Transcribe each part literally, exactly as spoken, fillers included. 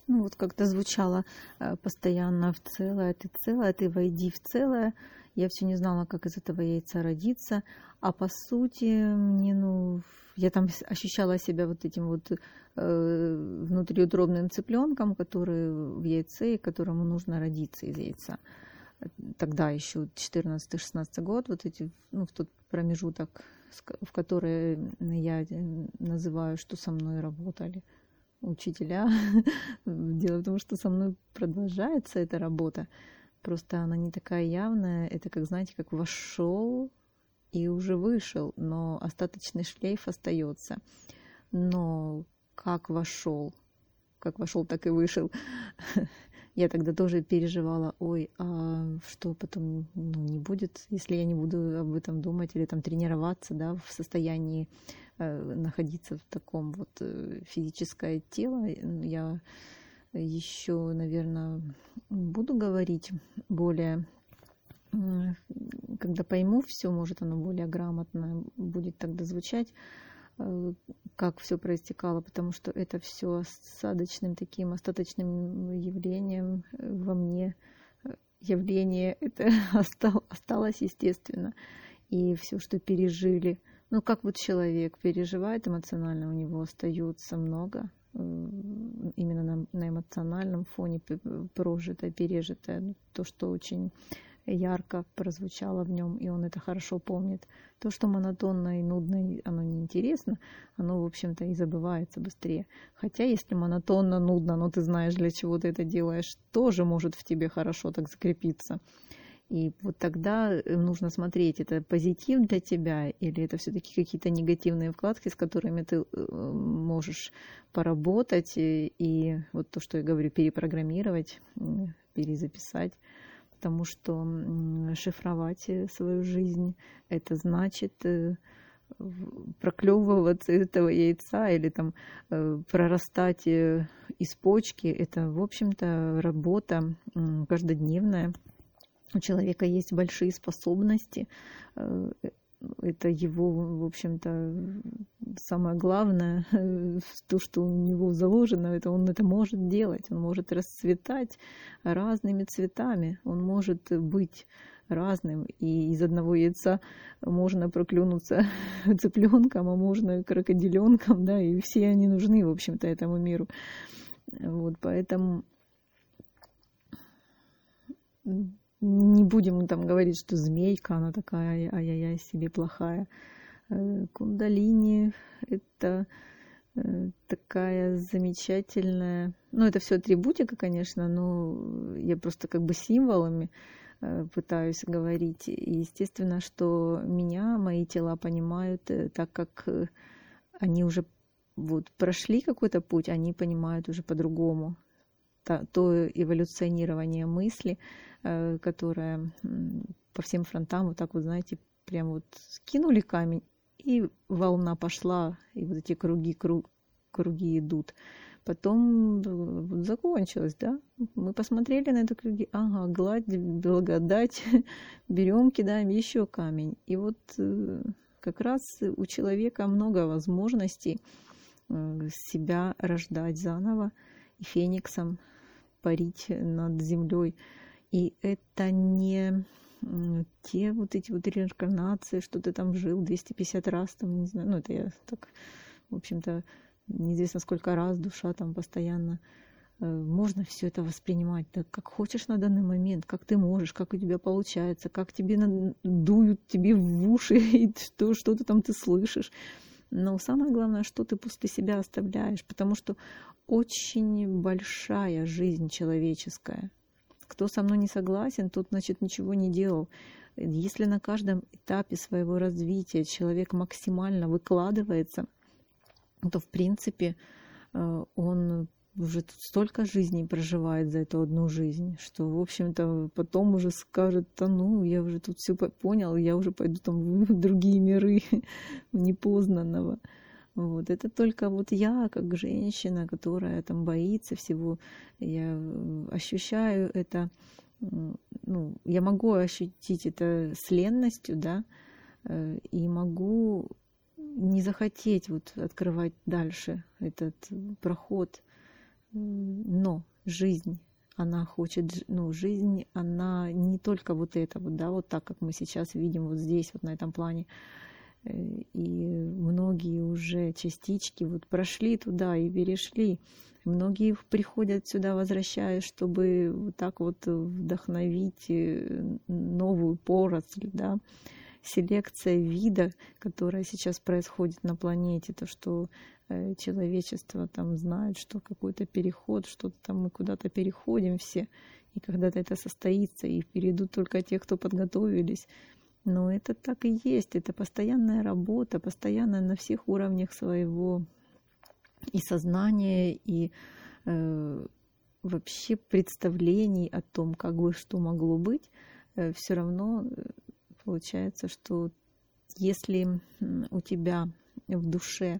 Ну вот как-то звучало э, постоянно в целое, ты целое, ты войди в целое. Я все не знала, как из этого яйца родиться. А по сути, мне, ну, я там с- ощущала себя вот этим вот э, внутриутробным цыпленком, который в яйце, и которому нужно родиться из яйца. Тогда еще четырнадцатый-шестнадцатый год, вот эти, ну, в тот промежуток, с ко- в который я э, называю, что со мной работали учителя. Дело в том, что со мной продолжается эта работа, просто она не такая явная. Это как, знаете, как вошел и уже вышел, но остаточный шлейф остается. Но как вошел, как вошел, так и вышел. Я тогда тоже переживала, ой, а что потом, ну, не будет, если я не буду об этом думать или там тренироваться, да, в состоянии э, находиться в таком вот э, физическое тело. Я еще, наверное, буду говорить более, м, когда пойму все, может, оно более грамотно будет тогда звучать, э, как все проистекало, потому что это все осадочным таким остаточным явлением э, во мне. э, Явление это остал- осталось, естественно. И все, что пережили. Ну, как вот человек переживает эмоционально, у него остается много э, именно на, на эмоциональном фоне п- прожитое, пережитое, ну, то, что очень ярко прозвучало в нем, и он это хорошо помнит. То, что монотонно и нудно, и оно неинтересно, оно, в общем-то, и забывается быстрее. Хотя, если монотонно, нудно, но ты знаешь, для чего ты это делаешь, тоже может в тебе хорошо так закрепиться. И вот тогда нужно смотреть, это позитив для тебя или это все-таки какие-то негативные вкладки, с которыми ты э, можешь поработать и, и вот то, что я говорю, перепрограммировать, м, перезаписать. Потому что м, шифровать э, свою жизнь, это значит э, в- проклевываться из этого яйца или там э, прорастать э, из почки. Это, в общем-то, работа м, каждодневная. У человека есть большие способности. э, Это его, в общем-то, самое главное, э, то, что у него заложено, это он это может делать. Он может расцветать разными цветами. Он может быть разным. И из одного яйца можно проклюнуться цыпленком, а можно крокодиленком, да, и все они нужны, в общем-то, этому миру. Вот, поэтому не будем там говорить, что змейка, она такая, ай-яй-яй, себе плохая. Э, Кундалини — это э, такая замечательная... Ну, это все атрибутика, конечно, но я просто как бы символами э, пытаюсь говорить. И естественно, что меня, мои тела понимают э, так, как э, они уже вот прошли какой-то путь, они понимают уже по-другому. Та- то эволюционирование мысли, э, которое м, по всем фронтам, вот так вот, знаете, прям вот скинули камень, и волна пошла, и вот эти круги, круг, круги идут. Потом э, вот закончилось, да? Мы посмотрели на это круги, ага, гладь, благодать, берем, кидаем еще камень. И вот э, как раз у человека много возможностей э, себя рождать заново и фениксом парить над землей. И это не м, те вот эти вот реинкарнации, что ты там жил двести пятьдесят раз, там, не знаю, ну это я так, в общем-то, неизвестно сколько раз душа там постоянно. Э, Можно все это воспринимать так, как хочешь на данный момент, как ты можешь, как у тебя получается, как тебе на- дуют тебе в уши, и что, что-то там ты слышишь. Но самое главное, что ты после себя оставляешь, потому что очень большая жизнь человеческая. Кто со мной не согласен, тот, значит, ничего не делал. Если на каждом этапе своего развития человек максимально выкладывается, то, в принципе, э, он уже тут столько жизней проживает за эту одну жизнь, что, в общем-то, потом уже скажет, да ну, я уже тут все понял, я уже пойду там в другие миры непознанного. Вот. Это только вот я, как женщина, которая там боится всего, я э, ощущаю это, м, ну, я могу ощутить это с ленностью, да, э, и могу не захотеть вот открывать дальше этот проход. Но жизнь, она хочет, ну, жизнь, она не только вот это вот, да, вот так, как мы сейчас видим вот здесь, вот на этом плане. И многие уже частички вот прошли туда и перешли. Многие приходят сюда, возвращаясь, чтобы вот так вот вдохновить новую поросль, да. Селекция вида, которая сейчас происходит на планете, то, что человечество там знает, что какой-то переход, что-то там мы куда-то переходим все, и когда-то это состоится, и перейдут только те, кто подготовились. Но это так и есть, это постоянная работа, постоянно на всех уровнях своего и сознания, и э, вообще представлений о том, как бы что могло быть, э, все равно получается, что если у тебя в душе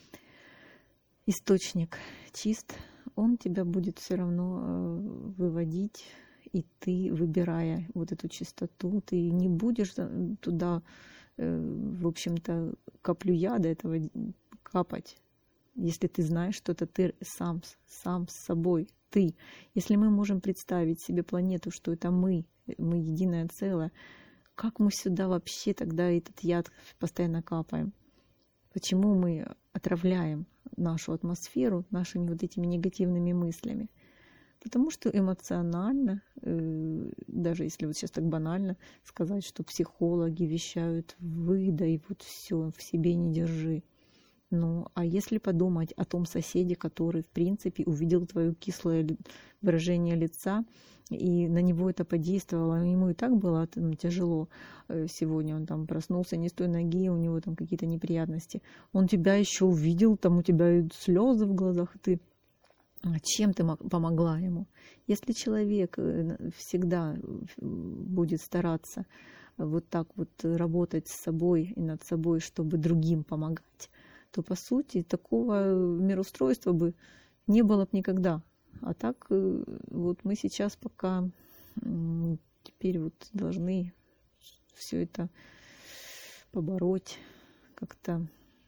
источник чист, он тебя будет все равно выводить, и ты, выбирая вот эту чистоту, ты не будешь туда, в общем-то, каплю яда этого капать, если ты знаешь, что это ты сам, сам с собой, ты. Если мы можем представить себе планету, что это мы, мы единое целое, как мы сюда вообще тогда этот яд постоянно капаем? Почему мы отравляем нашу атмосферу нашими вот этими негативными мыслями? Потому что эмоционально, даже если вот сейчас так банально сказать, что психологи вещают: выдай, вот все, в себе не держи. Ну, а если подумать о том соседе, который, в принципе, увидел твое кислое выражение лица, и на него это подействовало, ему и так было там тяжело сегодня, он там проснулся не с той ноги, у него там какие-то неприятности, он тебя еще увидел, там у тебя слезы в глазах, и ты чем ты помогла ему? Если человек всегда будет стараться вот так вот работать с собой и над собой, чтобы другим помогать, то, по сути, такого мироустройства бы не было бы никогда. А так вот мы сейчас пока теперь вот должны все это побороть как-то,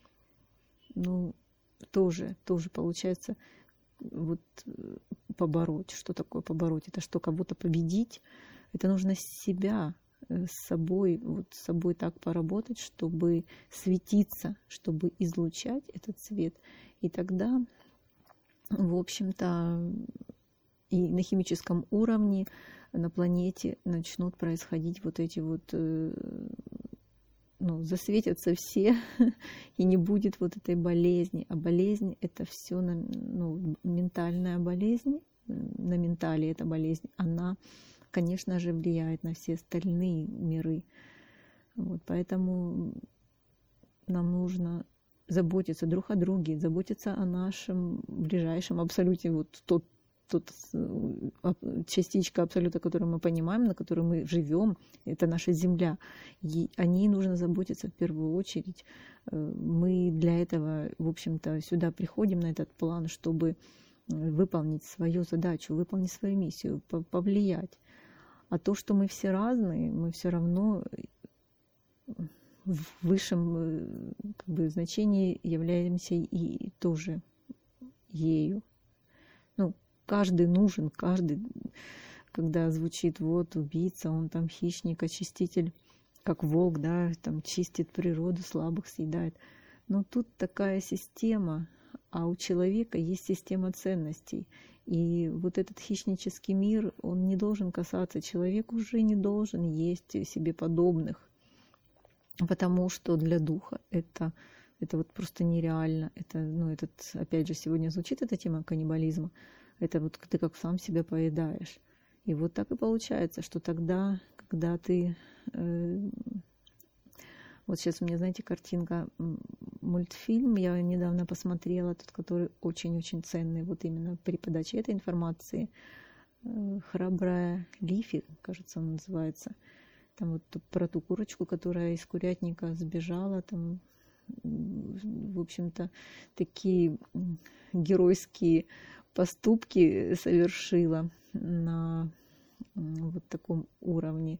ну, тоже, тоже получается, вот побороть. Что такое побороть? Это что, кого-то победить? Это нужно себя, с собой, вот с собой так поработать, чтобы светиться, чтобы излучать этот свет. И тогда, в общем-то, и на химическом уровне на планете начнут происходить вот эти вот, ну, засветятся все, и не будет вот этой болезни. А болезнь — это все, ну, ментальная болезнь, на ментале эта болезнь, она, конечно же, влияет на все остальные миры. Вот, поэтому нам нужно заботиться друг о друге, заботиться о нашем ближайшем абсолюте, вот тот, тот частичка абсолюта, которую мы понимаем, на которой мы живем, это наша Земля. И о ней нужно заботиться в первую очередь. Мы для этого, в общем-то, сюда приходим на этот план, чтобы выполнить свою задачу, выполнить свою миссию, повлиять. А то, что мы все разные, мы все равно в высшем, как бы, значении являемся и тоже ею. Ну, каждый нужен, каждый, когда звучит вот убийца, он там хищник, очиститель, как волк, да, там чистит природу, слабых съедает. Но тут такая система, а у человека есть система ценностей. И вот этот хищнический мир, он не должен касаться, человек уже не должен есть себе подобных, потому что для духа это, это вот просто нереально. Это, ну, этот, опять же, сегодня звучит эта тема каннибализма, это вот ты как сам себя поедаешь. И вот так и получается, что тогда, когда ты... Э, вот сейчас у меня, знаете, картинка, мультфильм я недавно посмотрела, тот, который очень-очень ценный, вот именно при подаче этой информации. «Храбрая Лифи», кажется, он называется. Там вот про ту курочку, которая из курятника сбежала, там, в общем-то, такие геройские поступки совершила на вот таком уровне,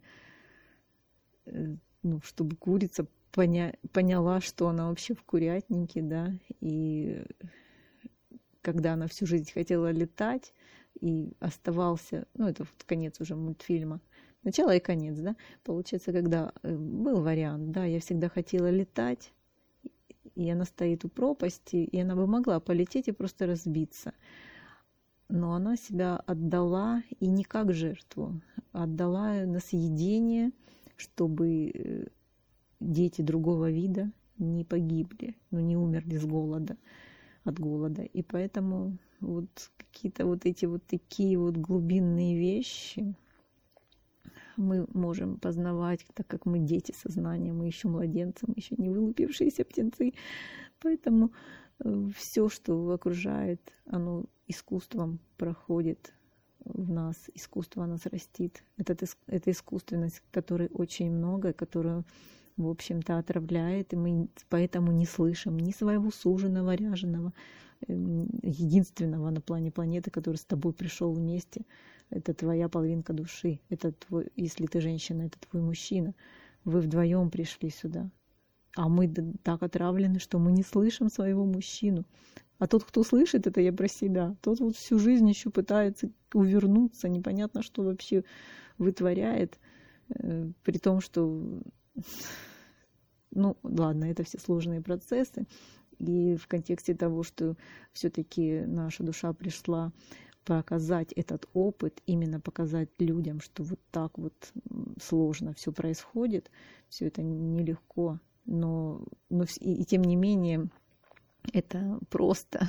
ну, чтобы курица поня- поняла, что она вообще в курятнике, да, и когда она всю жизнь хотела летать и оставался, ну это вот конец уже мультфильма, начало и конец, да, получается, когда был вариант, да, я всегда хотела летать, и она стоит у пропасти, и она бы могла полететь и просто разбиться. Но она себя отдала, и не как жертву, отдала на съедение, чтобы дети другого вида не погибли, ну, не умерли с голода, от голода. И поэтому вот какие-то вот эти вот такие вот глубинные вещи мы можем познавать, так как мы дети сознания, мы еще младенцы, мы еще не вылупившиеся птенцы. Поэтому все, что окружает, оно искусством проходит в нас, искусство нас растит. Это, это искусственность, которой очень много, которую, в общем-то, отравляет, и мы поэтому не слышим ни своего суженого, ряженого, единственного на плане планеты, который с тобой пришел вместе. Это твоя половинка души. Это твой, если ты женщина, это твой мужчина. Вы вдвоем пришли сюда. А мы так отравлены, что мы не слышим своего мужчину. А тот, кто слышит, это я про себя. Тот вот всю жизнь еще пытается увернуться, непонятно, что вообще вытворяет, при том, что, ну, ладно, это все сложные процессы. И в контексте того, что все-таки наша душа пришла показать этот опыт, именно показать людям, что вот так вот сложно все происходит, все это нелегко, но, но и, и тем не менее это просто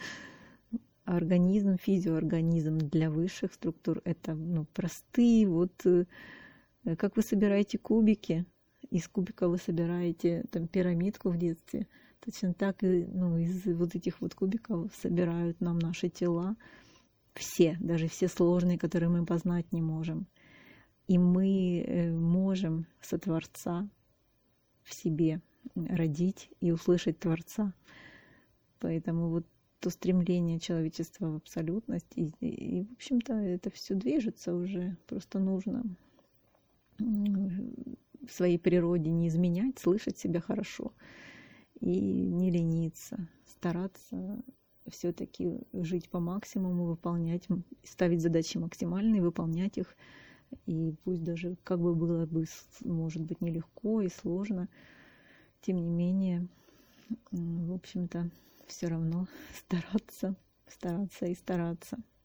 организм, физиоорганизм для высших структур. Это ну, простые, вот как вы собираете кубики, из кубика вы собираете там пирамидку в детстве, точно так и ну, из вот этих вот кубиков собирают нам наши тела, все, даже все сложные, которые мы познать не можем. И мы можем со Творца в себе родить и услышать Творца. Поэтому вот то стремление человечества в абсолютность, и, и, и в общем-то, это все движется уже. Просто нужно в своей природе не изменять, слышать себя хорошо и не лениться, стараться все-таки жить по максимуму, выполнять, ставить задачи максимальные, выполнять их. И пусть даже как бы было бы, может быть, нелегко и сложно, тем не менее, в общем-то, все равно стараться, стараться и стараться.